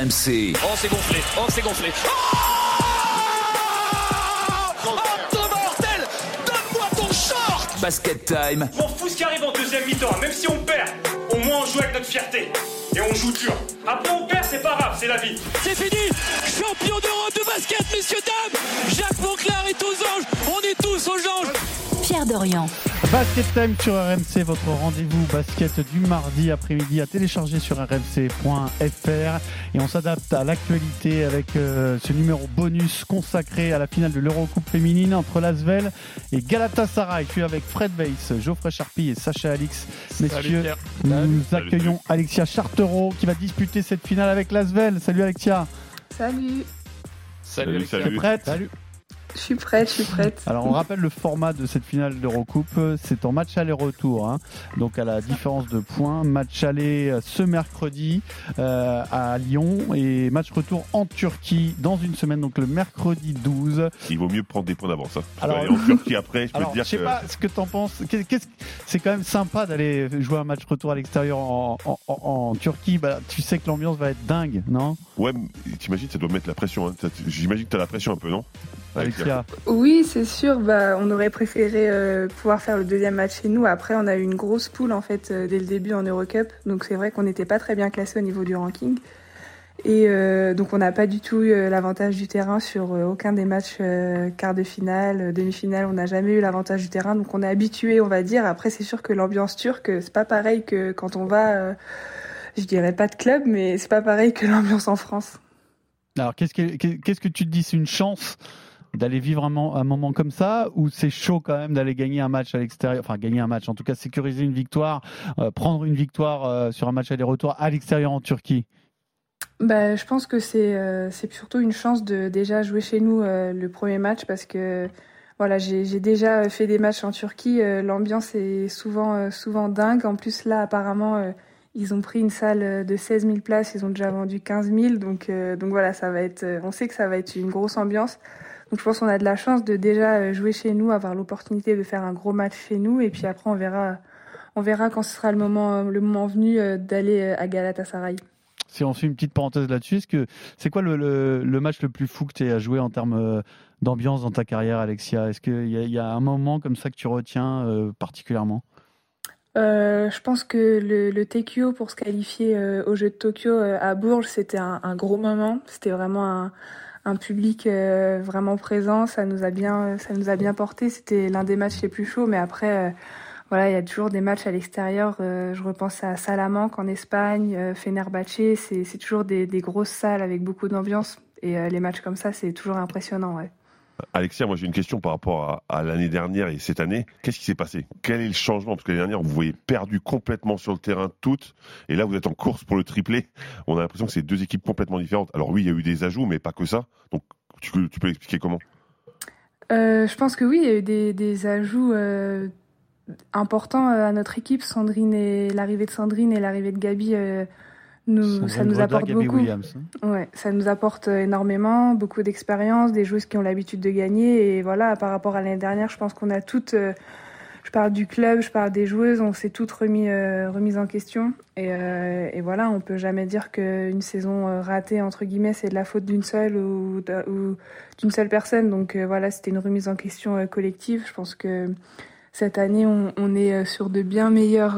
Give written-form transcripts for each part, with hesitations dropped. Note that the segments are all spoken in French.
RMC. Oh, c'est gonflé. Oh, c'est gonflé. Oh, de mortel. Donne-moi ton short. Basket Time. Je m'en fous ce qui arrive en deuxième mi-temps. Même si on perd, au moins on joue avec notre fierté. Et on joue dur. Après on perd, c'est pas grave, c'est la vie. C'est fini. Champion d'Europe de basket, messieurs, dames. Jacques Monclar est aux anges. On est tous aux anges. Pierre Dorian. Basket Time sur RMC, votre rendez-vous basket du mardi après-midi à télécharger sur rmc.fr, et on s'adapte à l'actualité avec ce numéro bonus consacré à la finale de l'Eurocoupe féminine entre Lasvel et Galatasaray. Je suis avec Fred Weiss, Geoffrey Charpie et Sacha Alix. Messieurs, nous accueillons Alexia Chartereau qui va disputer cette finale avec Lasvel. Salut Alexia. Salut. Salut. Tu es prête ? Salut. Je suis prête. Alors on rappelle le format de cette finale d'Eurocoupe, c'est en match aller-retour, hein. Donc à la différence de points, match aller ce mercredi à Lyon et match retour en Turquie dans une semaine, donc le mercredi 12. Il vaut mieux prendre des points d'avance. Hein. Alors, en Turquie après, je peux te dire je sais pas ce que t'en penses. C'est quand même sympa d'aller jouer un match retour à l'extérieur en Turquie. Bah, tu sais que l'ambiance va être dingue, non ? Ouais, t'imagines, ça doit mettre la pression. Hein. J'imagine que t'as la pression un peu, non ? Alexia. Oui, c'est sûr. On aurait préféré pouvoir faire le deuxième match chez nous. Après, on a eu une grosse poule en fait dès le début en Eurocup. Donc c'est vrai qu'on n'était pas très bien classé au niveau du ranking. Et donc on n'a pas du tout eu l'avantage du terrain sur aucun des matchs quart de finale, demi-finale. On n'a jamais eu l'avantage du terrain. Donc on est habitué, on va dire. Après, c'est sûr que l'ambiance turque, c'est pas pareil que quand on va. Je dirais pas de club, mais c'est pas pareil que l'ambiance en France. Alors qu'est-ce que tu te dis ? C'est une chance d'aller vivre un moment comme ça, ou c'est chaud quand même d'aller gagner un match à l'extérieur, enfin gagner un match, en tout cas sécuriser une victoire, prendre une victoire sur un match aller-retour à l'extérieur en Turquie ? Je pense que c'est surtout une chance de déjà jouer chez nous le premier match, parce que voilà, j'ai déjà fait des matchs en Turquie, l'ambiance est souvent dingue. En plus là apparemment ils ont pris une salle de 16 000 places, ils ont déjà vendu 15 000, donc voilà, ça va être, on sait que ça va être une grosse ambiance. Donc je pense qu'on a de la chance de déjà jouer chez nous, avoir l'opportunité de faire un gros match chez nous, et puis après on verra quand ce sera le moment venu d'aller à Galatasaray. Si on fait une petite parenthèse là-dessus, c'est quoi le match le plus fou que tu as joué en termes d'ambiance dans ta carrière, Alexia ? Est-ce qu'il y a un moment comme ça que tu retiens particulièrement ? Je pense que le TQO pour se qualifier aux Jeux de Tokyo à Bourges, c'était un gros moment. C'était vraiment un public vraiment présent. Ça nous a bien porté. C'était l'un des matchs les plus chauds. Mais après, voilà, il y a toujours des matchs à l'extérieur. Je repense à Salamanque en Espagne, Fenerbahçe. C'est toujours des grosses salles avec beaucoup d'ambiance. Et les matchs comme ça, c'est toujours impressionnant, ouais. Alexia, moi j'ai une question par rapport à l'année dernière et cette année. Qu'est-ce qui s'est passé ? Quel est le changement ? Parce que l'année dernière, vous voyez perdu complètement sur le terrain toutes, et là vous êtes en course pour le triplé. On a l'impression que c'est deux équipes complètement différentes. Alors oui, il y a eu des ajouts, mais pas que ça. Donc tu peux expliquer comment ? Je pense que oui, il y a eu des ajouts importants à notre équipe. L'arrivée de Sandrine et l'arrivée de Gabi, ça nous apporte Gabi beaucoup. Williams. Ouais, ça nous apporte énormément, beaucoup d'expérience, des joueuses qui ont l'habitude de gagner. Et voilà, par rapport à l'année dernière, je pense qu'on a toutes, je parle du club, je parle des joueuses, on s'est toutes remises en question. Et voilà, on peut jamais dire qu'une saison ratée, entre guillemets, c'est de la faute d'une seule ou d'une seule personne. Donc voilà, c'était une remise en question collective. Je pense que cette année, on est sur de bien meilleurs...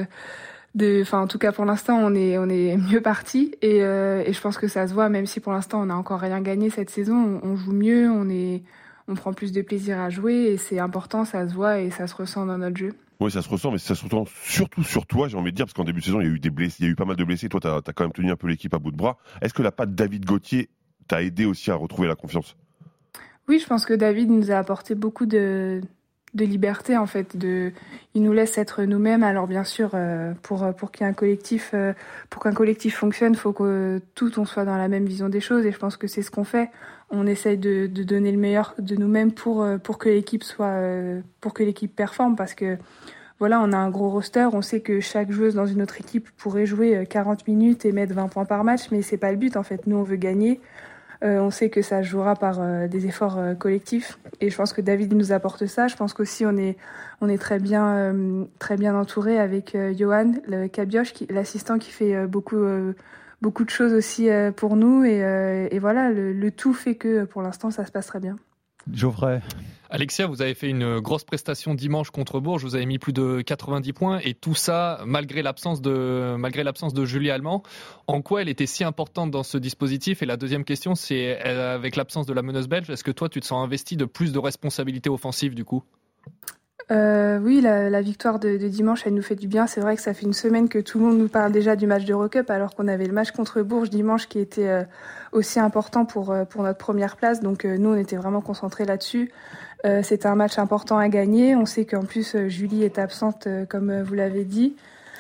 en tout cas pour l'instant on est mieux parti, et je pense que ça se voit, même si pour l'instant on n'a encore rien gagné cette saison. On joue mieux, on prend plus de plaisir à jouer, et c'est important, ça se voit et ça se ressent dans notre jeu. Oui, ça se ressent, mais ça se ressent surtout sur toi, j'ai envie de dire, parce qu'en début de saison il y a eu des blessés, il y a eu pas mal de blessés. Toi t'as quand même tenu un peu l'équipe à bout de bras. Est-ce que la patte David Gauthier t'a aidé aussi à retrouver la confiance ? Oui, je pense que David nous a apporté beaucoup de liberté, en fait. Il nous laisse être nous-mêmes. Alors bien sûr, pour qu'un collectif fonctionne, faut que on soit dans la même vision des choses, et je pense que c'est ce qu'on fait. On essaye de donner le meilleur de nous-mêmes pour que l'équipe performe, parce que voilà, on a un gros roster. On sait que chaque joueuse dans une autre équipe pourrait jouer 40 minutes et mettre 20 points par match, mais c'est pas le but, en fait. Nous, on veut gagner. On sait que ça se jouera par des efforts collectifs, et je pense que David nous apporte ça. Je pense qu'aussi on est très bien entouré avec Johan Kabioche, l'assistant, qui fait beaucoup beaucoup de choses aussi pour nous et voilà, le tout fait que pour l'instant ça se passe très bien. Geoffrey. Alexia, vous avez fait une grosse prestation dimanche contre Bourges, vous avez mis plus de 90 points et tout ça malgré l'absence de Julie Allemand. En quoi elle était si importante dans ce dispositif? Et la deuxième question, c'est avec l'absence de la meneuse belge, est-ce que toi tu te sens investi de plus de responsabilités offensives du coup? Oui, la victoire de dimanche, elle nous fait du bien. C'est vrai que ça fait une semaine que tout le monde nous parle déjà du match d'Eurocup, alors qu'on avait le match contre Bourges dimanche qui était aussi important pour notre première place. Donc nous, on était vraiment concentrés là-dessus. C'était un match important à gagner. On sait qu'en plus, Julie est absente, comme vous l'avez dit.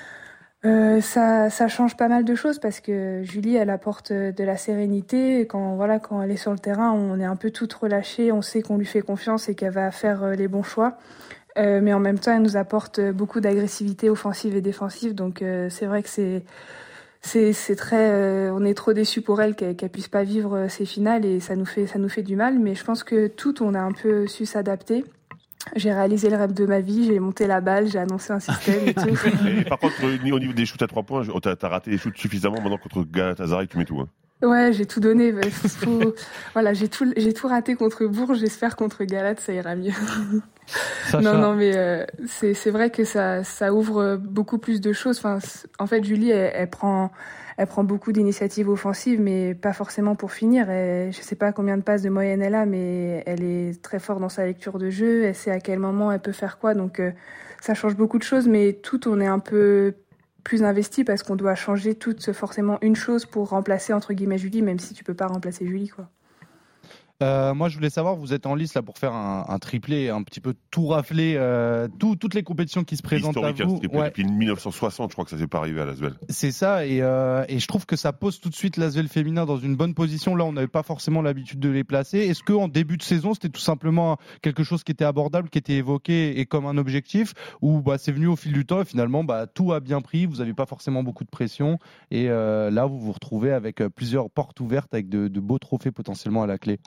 Ça change pas mal de choses parce que Julie, elle apporte de la sérénité. Et quand elle est sur le terrain, on est un peu toutes relâchées. On sait qu'on lui fait confiance et qu'elle va faire les bons choix. Mais en même temps, elle nous apporte beaucoup d'agressivité offensive et défensive. Donc c'est vrai que c'est très, on est trop déçus pour elle qu'elle puisse pas vivre ses finales et ça nous fait du mal. Mais je pense que on a un peu su s'adapter. J'ai réalisé le rêve de ma vie, j'ai monté la balle, j'ai annoncé un système et tout. Et par contre, au niveau des shoots à 3 points, t'as raté les shoots suffisamment. Maintenant contre Galatasaray, tu mets tout. Hein. Ouais, j'ai tout donné. Voilà, j'ai tout raté contre Bourges. J'espère contre Galate, ça ira mieux. Non, mais c'est vrai que ça ouvre beaucoup plus de choses. Enfin, en fait, Julie, elle prend beaucoup d'initiatives offensives, mais pas forcément pour finir. Je sais pas combien de passes de moyenne elle a, mais elle est très forte dans sa lecture de jeu. Elle sait à quel moment elle peut faire quoi. Donc, ça change beaucoup de choses, mais on est un peu plus investi parce qu'on doit changer forcément une chose pour remplacer entre guillemets Julie, même si tu peux pas remplacer Julie, quoi. Moi, je voulais savoir, vous êtes en lice là pour faire un triplé, un petit peu tout rafler, toutes les compétitions qui se présentent à vous. Ouais. Depuis 1960, je crois que ça s'est pas arrivé à l'Asvel. C'est ça, et je trouve que ça pose tout de suite l'Asvel féminin dans une bonne position. Là, on n'avait pas forcément l'habitude de les placer. Est-ce qu'en début de saison, c'était tout simplement quelque chose qui était abordable, qui était évoqué et comme un objectif, ou c'est venu au fil du temps et finalement tout a bien pris, vous n'avez pas forcément beaucoup de pression et là, vous vous retrouvez avec plusieurs portes ouvertes avec de beaux trophées potentiellement à la clé?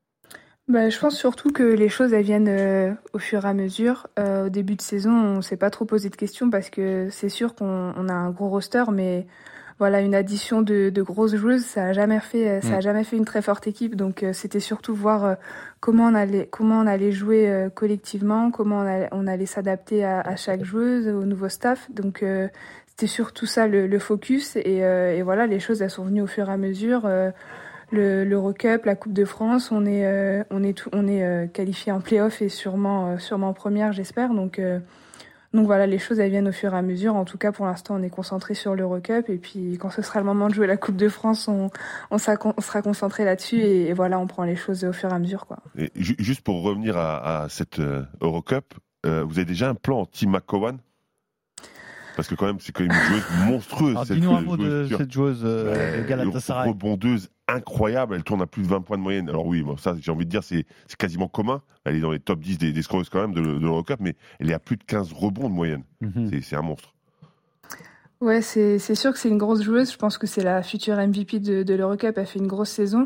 Je pense surtout que les choses elles viennent au fur et à mesure. Au début de saison, on s'est pas trop posé de questions parce que c'est sûr qu'on a un gros roster, mais voilà, une addition de grosses joueuses, ça a jamais fait une très forte équipe. Donc c'était surtout voir comment on allait jouer collectivement, comment on allait s'adapter à chaque joueuse, au nouveau staff. Donc c'était surtout ça le focus et voilà, les choses elles sont venues au fur et à mesure. L'Eurocup, la Coupe de France, on est qualifié en play-off et sûrement en première, j'espère. Donc voilà, les choses elles viennent au fur et à mesure. En tout cas, pour l'instant, on est concentré sur l'Eurocup et puis quand ce sera le moment de jouer la Coupe de France, on sera concentré là-dessus et voilà, on prend les choses au fur et à mesure, quoi. Et juste pour revenir à cette Eurocup, vous avez déjà un plan en Team McCowan? Parce que quand même, c'est quand même une joueuse monstrueuse. Alors, dis-nous un mot de cette joueuse de Galatasaray. Rebondeuse incroyable, elle tourne à plus de 20 points de moyenne. Alors oui, ça, j'ai envie de dire, c'est quasiment commun. Elle est dans les top 10 des scoreuses quand même de l'Eurocup, mais elle est à plus de 15 rebonds de moyenne. C'est un monstre. Ouais, c'est sûr que c'est une grosse joueuse. Je pense que c'est la future MVP de l'Eurocup. Elle fait une grosse saison.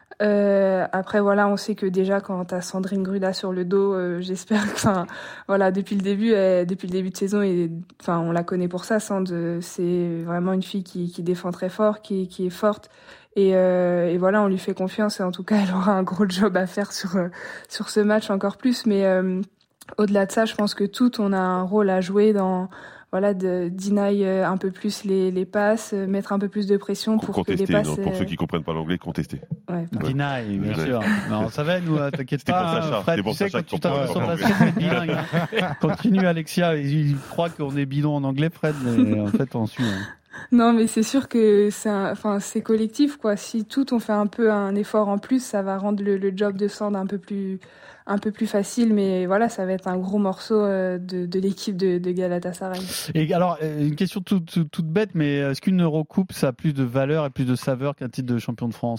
Après voilà, on sait que déjà quand t'as Sandrine Gruda sur le dos, j'espère que voilà, depuis le début de saison on la connaît pour ça. Sand, c'est vraiment une fille qui défend très fort, qui est forte et voilà, on lui fait confiance et en tout cas elle aura un gros job à faire sur ce match encore plus, mais au-delà de ça, je pense que on a un rôle à jouer dans de deny un peu plus les passes, mettre un peu plus de pression pour contester, que les passes... pour ceux qui comprennent pas l'anglais, contester. Ouais. Deny, bien sûr. Non, ça va, nous, t'inquiète pas. Fred, tu sais, quand tu t'avances sur basket, c'est bilingue. Continue, Alexia. Il croit qu'on est bidon en anglais, Fred, mais en fait, on suit. Non, mais c'est sûr que c'est collectif, quoi. Si on fait un peu un effort en plus, ça va rendre le job de Sand un peu plus facile, mais voilà, ça va être un gros morceau de l'équipe de Galatasaray. Et alors, une question toute bête, mais est-ce qu'une Eurocoupe, ça a plus de valeur et plus de saveur qu'un titre de champion de France ?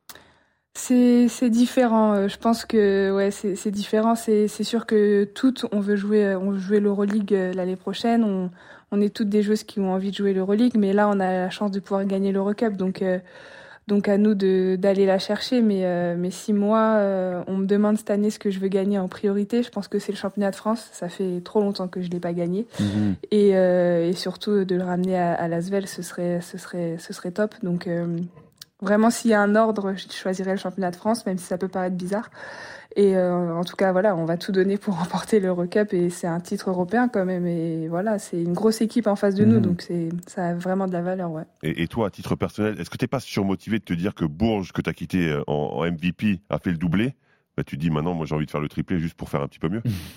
C'est différent. Je pense que c'est différent. C'est sûr que on veut jouer l'Euroleague l'année prochaine. On est toutes des joueuses qui ont envie de jouer l'Euroleague, mais là on a la chance de pouvoir gagner l'Eurocup. Donc Donc à nous d'aller la chercher. Mais si moi, on me demande cette année ce que je veux gagner en priorité, je pense que c'est le championnat de France. Ça fait trop longtemps que je l'ai pas gagné. Et surtout de le ramener à l'Asvel, ce serait top. Donc vraiment, s'il y a un ordre, je choisirais le championnat de France, même si ça peut paraître bizarre. Et en tout cas, voilà, on va tout donner pour remporter l'Eurocup, et c'est un titre européen quand même. Et voilà, c'est une grosse équipe en face de nous, donc ça a vraiment de la valeur, ouais. Et toi, à titre personnel, est-ce que t'es pas surmotivé de te dire que Bourges, que t'as quitté en MVP, a fait le doublé? Bah, tu te dis maintenant, moi j'ai envie de faire le triplé juste pour faire un petit peu mieux.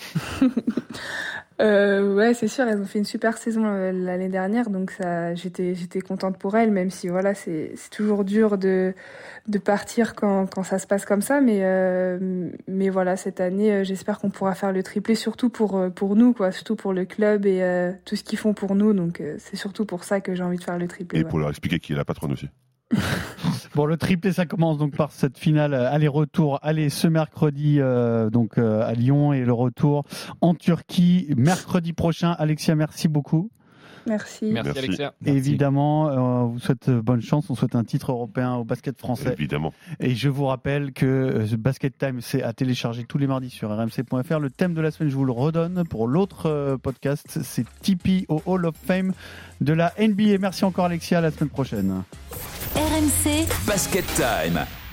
Ouais, c'est sûr, elles ont fait une super saison l'année dernière, donc j'étais contente pour elles, même si voilà, c'est toujours dur de partir quand ça se passe comme ça, mais voilà, cette année, j'espère qu'on pourra faire le triplé, surtout pour nous, quoi, surtout pour le club et tout ce qu'ils font pour nous, donc c'est surtout pour ça que j'ai envie de faire le triplé. Et pour leur expliquer qui est la patronne aussi. Bon, le triplé, ça commence donc par cette finale aller-retour. Allez, ce mercredi donc à Lyon, et le retour en Turquie mercredi prochain. Alexia, merci beaucoup. Merci. Merci Alexia. Évidemment, on vous souhaite bonne chance. On souhaite un titre européen au basket français. Évidemment. Et je vous rappelle que Basket Time, c'est à télécharger tous les mardis sur rmc.fr. Le thème de la semaine, je vous le redonne pour l'autre podcast, c'est Tipeee au Hall of Fame de la NBA. Merci encore Alexia, à la semaine prochaine. RMC Basket Time.